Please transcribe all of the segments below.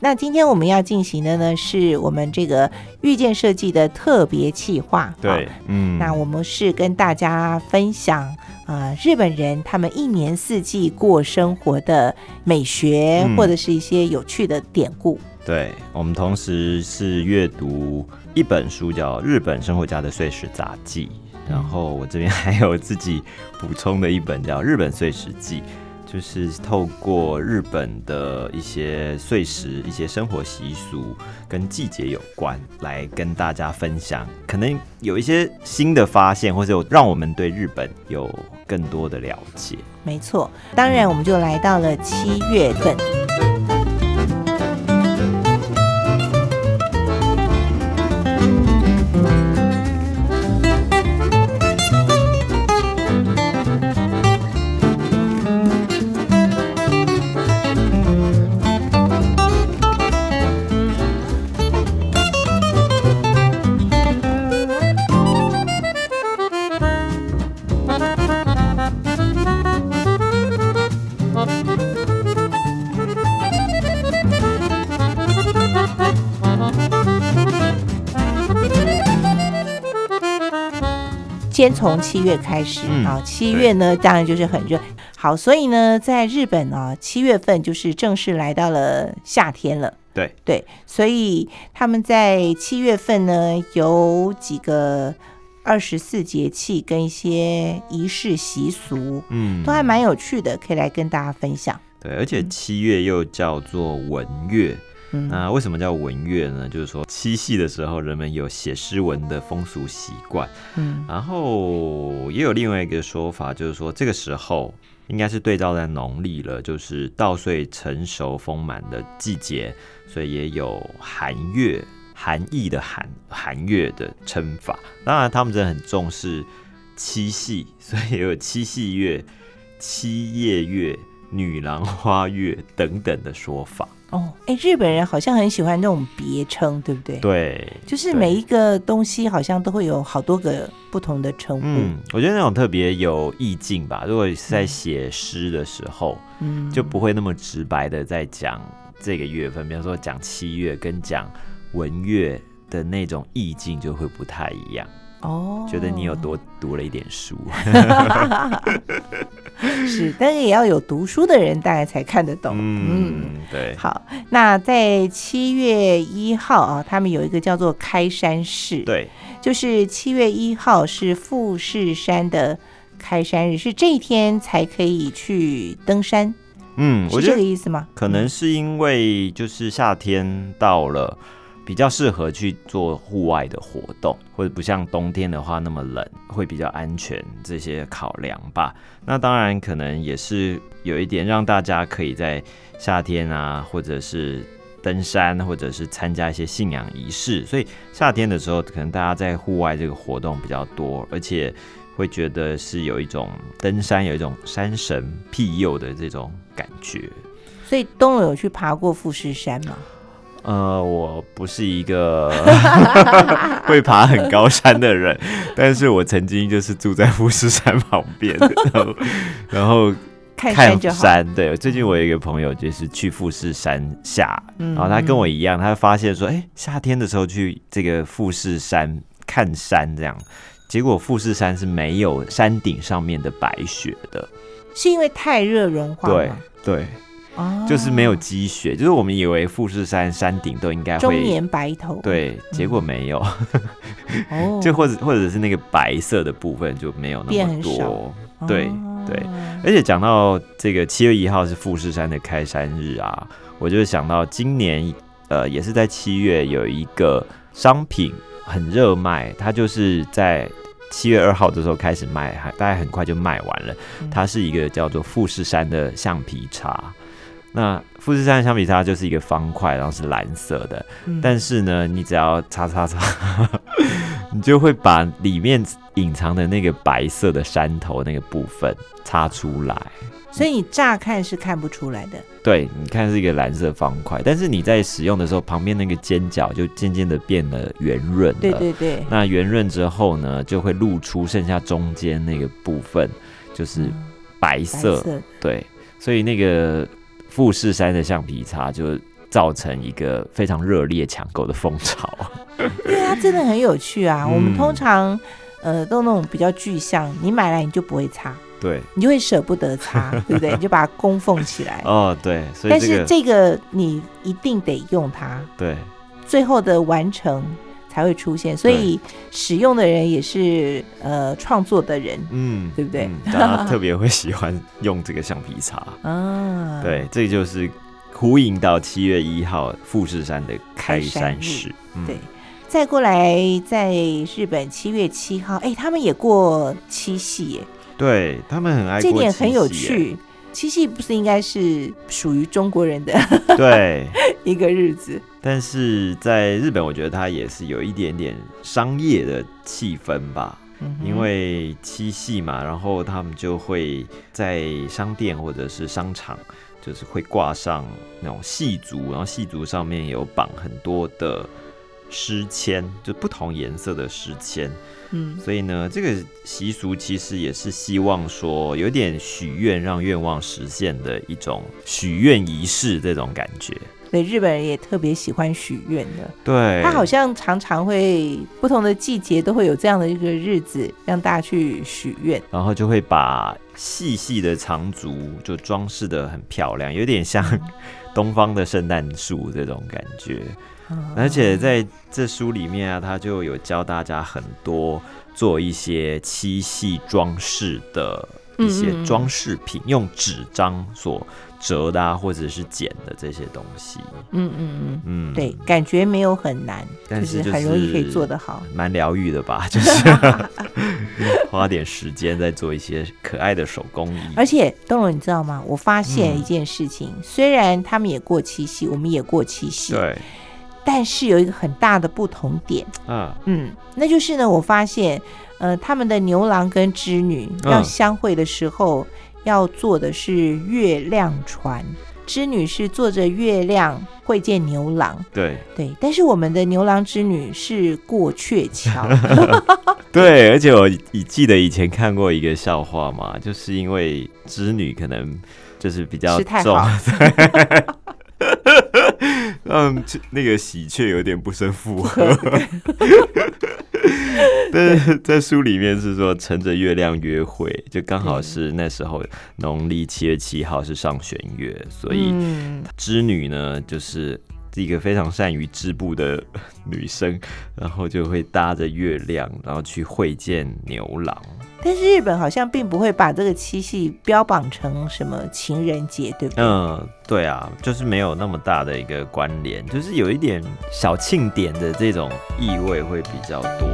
那今天我们要进行的呢，是我们这个遇见设计的特别企划。 对， 那我们是跟大家分享日本人他们一年四季过生活的美学，或者是一些有趣的典故。 对，我们同时是阅读一本书叫《日本生活家的岁时杂记》，然后我这边还有自己补充的一本叫《日本岁时记》，就是透过日本的一些岁时、一些生活习俗跟季节有关，来跟大家分享，可能有一些新的发现，或者让我们对日本有更多的了解。 没错，当然我们就来到了7月份。先从7月开始7月呢当然就是很热。好，所以呢在日本7月份就是正式来到了夏天了。对，所以他们在7月份呢有几个24节气跟一些仪式习俗，都还蛮有趣的，可以来跟大家分享。 对，而且7月又叫做文月。那为什么叫文月呢？就是说七夕的时候人们有写诗文的风俗习惯，然后也有另外一个说法，就是说这个时候应该是对照在农历了，就是稻穗成熟丰满的季节，所以也有寒月，寒意的寒月的称法。当然他们真的很重视七夕，所以也有七夕月、七夜月、女郎花月等等的说法。 日本人好像很喜欢那种别称，对不对？ 对， 就是每一个东西好像都会有好多个不同的称呼。 我觉得那种特别有意境吧。如果是在写诗的时候，就不会那么直白的在讲这个月份，比方说讲7月跟讲文月的那种意境就会不太一样。觉得你有多读了一点书。 是，但是也要有读书的人大概才看得懂。 对。 好，那在7月1号他们有一个叫做开山式。 对， 就是7月1号是富士山的开山日，是这一天才可以去登山。是这个意思吗？ 可能是因为就是夏天到了，比较适合去做户外的活动，或者不像冬天的话那么冷，会比较安全，这些考量吧。那当然可能也是有一点让大家可以在夏天或者是登山，或者是参加一些信仰仪式，所以夏天的时候可能大家在户外这个活动比较多，而且会觉得是有一种登山有一种山神庇佑的这种感觉。 所以东有去爬过富士山吗？ 我不是一个会爬很高山的人，但是我曾经就是住在富士山旁边，然后看山就好。 对，最近我有一个朋友就是去富士山下，然后他跟我一样，他发现说，夏天的时候去这个富士山看山这样，结果富士山是没有山顶上面的白雪的， 是因为太热融化吗？ 对。就是没有积雪，就是我们以为富士山山顶都应该会终年白头， 对，结果没有。就或者是那个白色的部分就没有那么多。对，而且讲到这个7月1号是富士山的开山日我就想到今年也是在7月有一个商品很热卖，它就是在7月2号的时候开始卖，大概很快就卖完了。它是一个叫做富士山的橡皮擦。那富士山的橡皮擦就是一个方块，然后是蓝色的，但是呢，你只要擦，你就会把里面隐藏的那个白色的山头那个部分擦出来。 所以你乍看是看不出来的。 对，你看是一个蓝色方块，但是你在使用的时候，旁边那个尖角就渐渐的变得圆润了。 对。 那圆润之后呢，就会露出剩下中间那个部分就是白色。对，所以那个富士山的橡皮擦就造成一个非常热烈抢购的风潮。 对啊，真的很有趣啊。我们通常都那种比较具象，你买来你就不会擦， 对， 你就会舍不得擦，对不对？你就把它供奉起来。 哦，对，所以但是这个你一定得用它， 对， 最后的完成才会出现，所以使用的人也是创作的人，对不对？ 大家特别会喜欢用这个橡皮擦啊，对，这就是呼应到7月1号富士山的开山式， 对。再过来，在日本7月7号，他们也过七夕耶， 对，他们很爱过七夕， 这点很有趣。七夕不是应该是属于中国人的对一个日子， 但是在日本我觉得它也是有一点点商业的气氛吧，因为七夕嘛，然后他们就会在商店或者是商场就是会挂上那种细竹，然后细竹上面有绑很多的诗签，就不同颜色的诗签，所以呢，这个习俗其实也是希望说有点许愿，让愿望实现的一种许愿仪式，这种感觉。 对，日本人也特别喜欢许愿的。 对， 他好像常常会不同的季节都会有这样的一个日子，让大家去许愿， 然后就会把细细的长竹就装饰得很漂亮，有点像东方的圣诞树这种感觉。而且在这书里面啊，他就有教大家很多做一些七夕装饰的一些装饰品，用纸张所折的啊，或者是剪的这些东西。对，感觉没有很难，但是就是很容易可以做得好， 蛮疗愈的吧？就是花点时间在做一些可爱的手工艺。 而且东龙，你知道吗？我发现一件事情，虽然他们也过七夕，我们也过七夕， 对。 但是有一个很大的不同点，那就是呢，我发现，他们的牛郎跟织女要相会的时候，要做的是月亮船，织女是坐着月亮会见牛郎， 对， 但是我们的牛郎织女是过鹊桥， 对，而且我记得以前看过一个笑话嘛，就是因为织女可能就是比较重。那个喜鹊有点不胜负荷，但是在书里面是说乘着月亮约会，就刚好是那时候农历7月7号是上弦月，所以织女呢就是一个非常善于织布的女生，然后就会搭着月亮，然后去会见牛郎。 但是日本好像并不会把这个七夕标榜成什么情人节，对不对？ 对啊，就是没有那么大的一个关联，就是有一点小庆典的这种意味会比较多。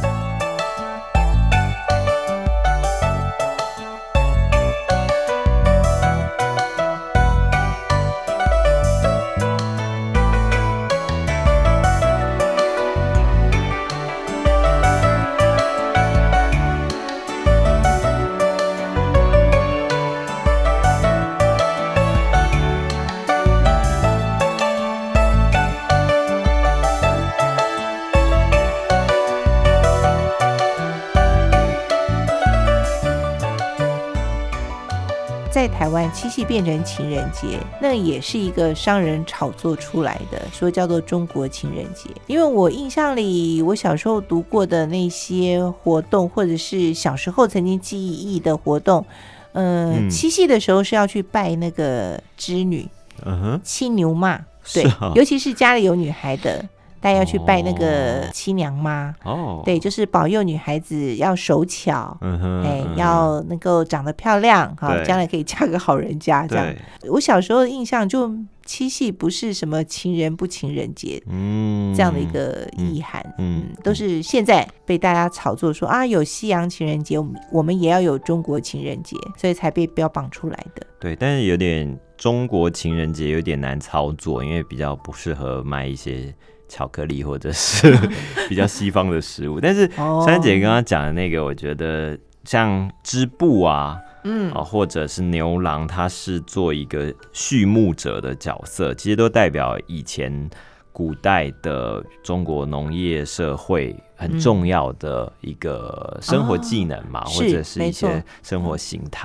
在台湾七夕变成情人节，那也是一个商人炒作出来的，说叫做中国情人节。因为我印象里，我小时候读过的那些活动，或者是小时候曾经记忆的活动，七夕的时候是要去拜那个织女，亲牛妈，对，尤其是家里有女孩的，大家要去拜那个七娘妈，对，就是保佑女孩子要手巧，要能够长得漂亮，将来可以嫁个好人家这样。我小时候的印象就七夕不是什么情人不情人节，这样的一个意涵，都是现在被大家炒作说啊，有西洋情人节，我们也要有中国情人节，所以才被标榜出来的。 对，但是有点中国情人节有点难操作，因为比较不适合卖一些巧克力或者是比较西方的食物。但是珊姐刚刚讲的那个，我觉得像织布啊，或者是牛郎，他是做一个畜牧者的角色，其实都代表以前古代的中国农业社会很重要的一个生活技能嘛，或者是一些生活形态。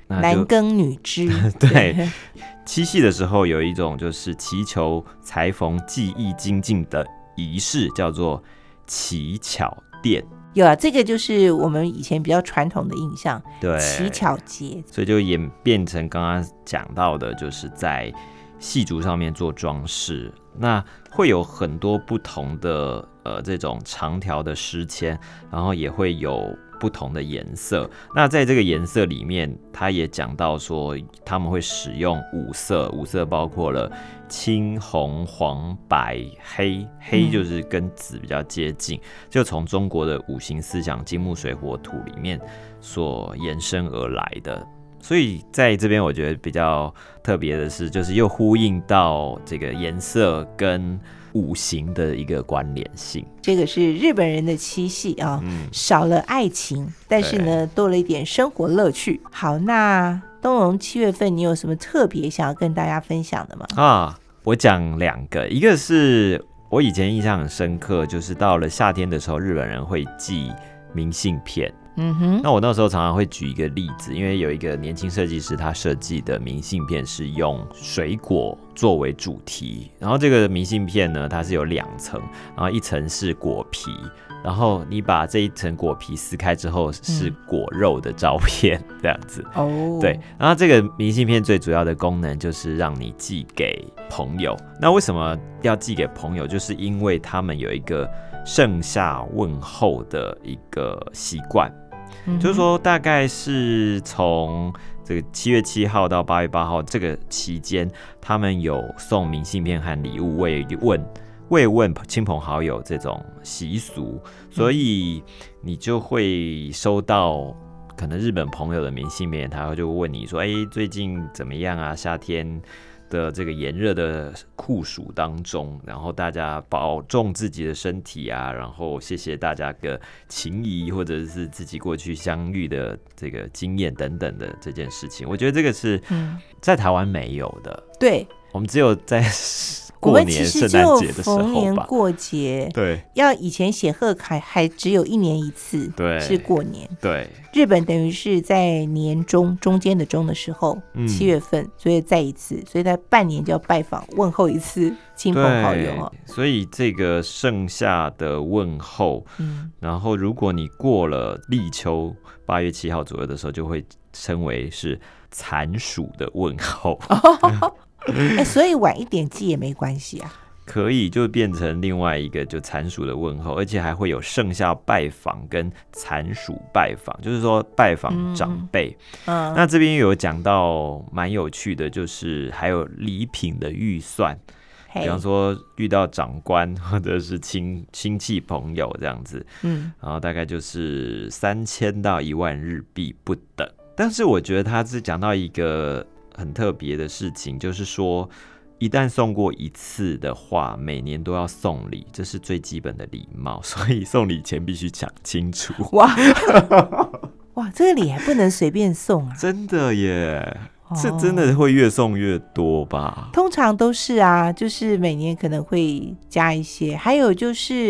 男耕女织对，七夕的时候有一种就是祈求裁缝技艺精进的仪式，叫做乞巧奠。 有啊，这个就是我们以前比较传统的印象， 对， 乞巧节， 所以就演变成刚刚讲到的，就是在细竹上面做装饰，那会有很多不同的这种长条的诗签，然后也会有不同的颜色。那在这个颜色里面，他也讲到说他们会使用五色，五色包括了青、红、黄、白、黑，黑就是跟紫比较接近，就从中国的五行思想金木水火土里面所延伸而来的。所以在这边我觉得比较特别的是，就是又呼应到这个颜色跟五行的一个关联性。 这个是日本人的七夕啊，少了爱情，但是呢多了一点生活乐趣。好，那东荣7月份你有什么特别想要跟大家分享的吗？ 我讲2个，一个是我以前印象很深刻，就是到了夏天的时候，日本人会寄明信片。那我那时候常常会举一个例子，因为有一个年轻设计师，他设计的明信片是用水果作为主题，然后这个明信片呢，它是有2层，然后一层是果皮，然后你把这一层果皮撕开之后是果肉的照片，这样子。对，然后这个明信片最主要的功能就是让你寄给朋友。那为什么要寄给朋友？就是因为他们有一个盛夏问候的一个习惯。就是说大概是从这个7月7号到8月8号这个期间，他们有送明信片和礼物慰问亲朋好友这种习俗，所以你就会收到可能日本朋友的明信片，他就问你说最近怎么样啊，夏天的这个炎热的酷暑当中，然后大家保重自己的身体啊，然后谢谢大家的情谊，或者是自己过去相遇的这个经验等等的这件事情，我觉得这个是在台湾没有的。 对， 我们只有在过年圣诞节的时候吧， 逢年过节， 对， 要以前写贺卡还只有1年1次， 对， 是过年。 对， 日本等于是在年中间的中的时候，7月份，所以再一次，所以在半年就要拜访问候一次亲朋好友。 所以这个盛夏的问候，然后如果你过了立秋8月7号左右的时候，就会称为是残暑的问候。 所以晚一点寄也没关系啊， 可以就变成另外一个就残暑的问候，而且还会有盛夏拜访跟残暑拜访，就是说拜访长辈。那这边有讲到蛮有趣的，就是还有礼品的预算，比方说遇到长官或者是亲戚朋友这样子，然后大概就是3000到1万日币不等。但是我觉得他是讲到一个很特别的事情，就是说一旦送过一次的话，每年都要送礼，这是最基本的礼貌，所以送礼前必须讲清楚。哇， 这个礼还不能随便送啊！ 真的耶，这真的会越送越多吧？ 通常都是啊，就是每年可能会加一些，还有就是，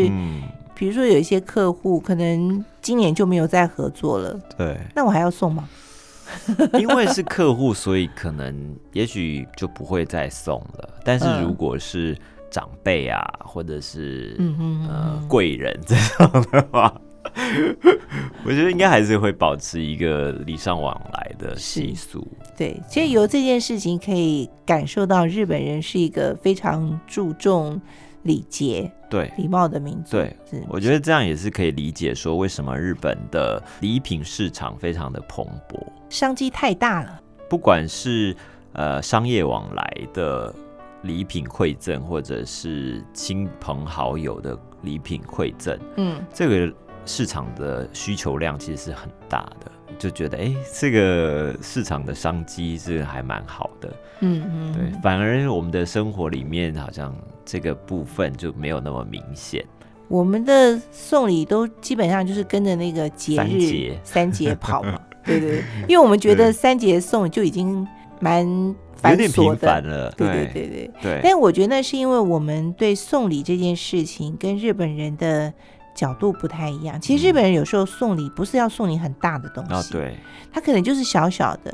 比如说有一些客户可能今年就没有再合作了， 对， 那我还要送吗？ 因为是客户，所以可能也许就不会再送了。但是如果是长辈啊，或者是贵人这种的话，我觉得应该还是会保持一个礼尚往来的习俗。 对，其实由这件事情可以感受到日本人是一个非常注重礼节、 对礼貌的民族。 对，我觉得这样也是可以理解说为什么日本的礼品市场非常的蓬勃， 商机太大了。不管是商业往来的礼品馈赠，或者是亲朋好友的礼品馈赠，这个市场的需求量其实是很大的，就觉得这个市场的商机是还蛮好的。对，反而我们的生活里面好像这个部分就没有那么明显。 我们的送礼都基本上就是跟着那个节日三节跑嘛，对对，因为我们觉得3节送就已经蛮繁琐的，有点频繁了。 对。但我觉得那是因为我们对送礼这件事情跟日本人的角度不太一样。其实日本人有时候送礼不是要送你很大的东西， 对， 他可能就是小小的，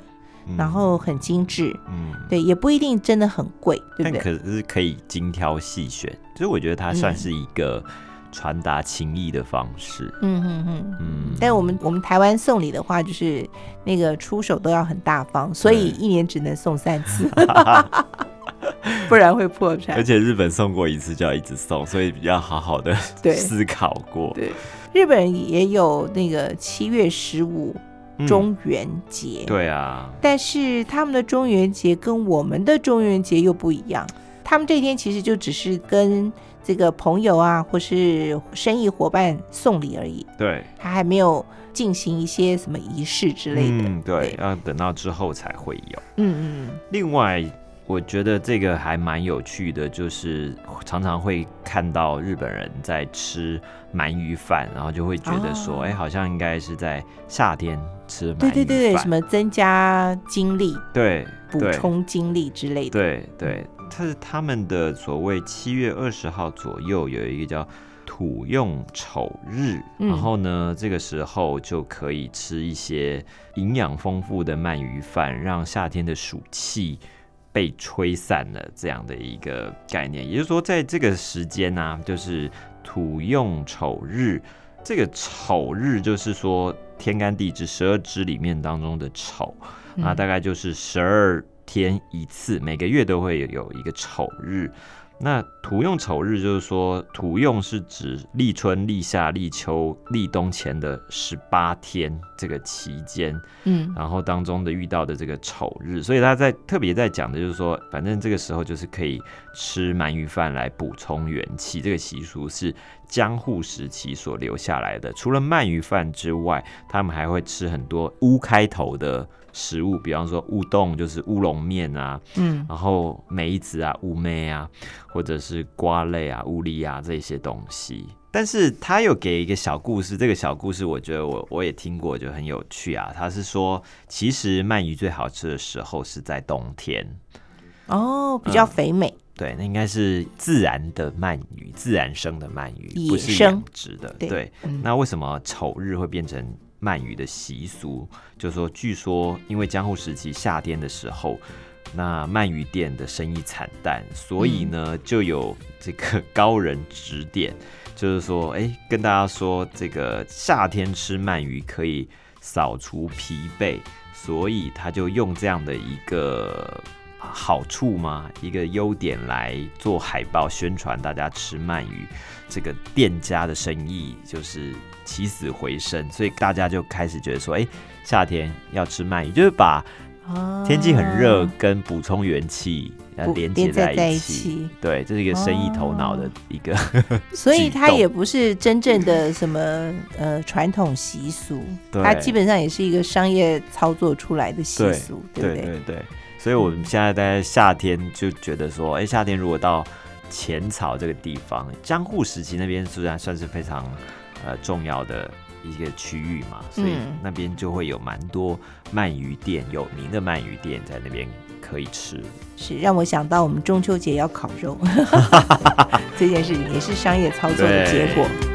然后很精致，对，也不一定真的很贵，对不对？ 但可是可以精挑细选，所以我觉得它算是一个传达情谊的方式。 但我们台湾送礼的话，就是那个出手都要很大方，所以一年只能送3次。不然会破产。 而且日本送过一次就要一直送，所以比较好好的思考过。 对，日本人也有那个7月15中元节， 对啊， 但是他们的中元节跟我们的中元节又不一样。他们这天其实就只是跟这个朋友啊，或是生意伙伴送礼而已。 对， 他还没有进行一些什么仪式之类的。 对，要等到之后才会有。另外，我觉得这个还蛮有趣的，就是常常会看到日本人在吃鳗鱼饭，然后就会觉得说，好像应该是在夏天吃鳗鱼饭。 对，什么增加精力， 对， 补充精力之类的。 对，他们的所谓7月20号左右有一个叫土用丑日，然后呢，这个时候就可以吃一些营养丰富的鳗鱼饭，让夏天的暑气被吹散了，这样的一个概念。也就是说，在这个时间啊，就是土用丑日，这个丑日就是说天干地支12支里面当中的丑，那大概就是12天一次，每个月都会有一个丑日。那土用丑日就是说，土用是指立春、立夏、立秋、立冬前的18天这个期间，然后当中的遇到的这个丑日，所以他特别在讲的就是说，反正这个时候就是可以吃鳗鱼饭来补充元气。这个习俗是江户时期所留下来的。除了鳗鱼饭之外，他们还会吃很多乌开头的食物，比方说乌冬就是乌龙面啊，然后梅子啊、乌梅啊，或者是瓜类啊、乌梨啊这些东西。但是他有给一个小故事，这个小故事我觉得我也听过，就很有趣啊。他是说，其实鳗鱼最好吃的时候是在冬天， 比较肥美。 对，那应该是自然的鳗鱼，自然生的鳗鱼，不是养殖的。对，那为什么丑日会变成鳗鱼的习俗？就是说，据说因为江户时期夏天的时候，那鳗鱼店的生意惨淡，所以呢，就有这个高人指点，就是说，跟大家说，这个夏天吃鳗鱼可以扫除疲惫，所以他就用这样的一个好处嘛，一个优点来做海报宣传，大家吃鳗鱼，这个店家的生意就是起死回生，所以大家就开始觉得说，夏天要吃鳗鱼，就是把天气很热跟补充元气连接在一起。对，这是一个生意头脑的一个所以它也不是真正的什么传统习俗，它基本上也是一个商业操作出来的习俗，对不对？ 对。所以我们现在在夏天就觉得说，夏天如果到浅草这个地方，江户时期那边虽然算是非常重要的一个区域嘛，所以那边就会有蛮多鳗鱼店，有名的鳗鱼店在那边可以吃。 是让我想到我们中秋节要烤肉这件事情也是商业操作的结果。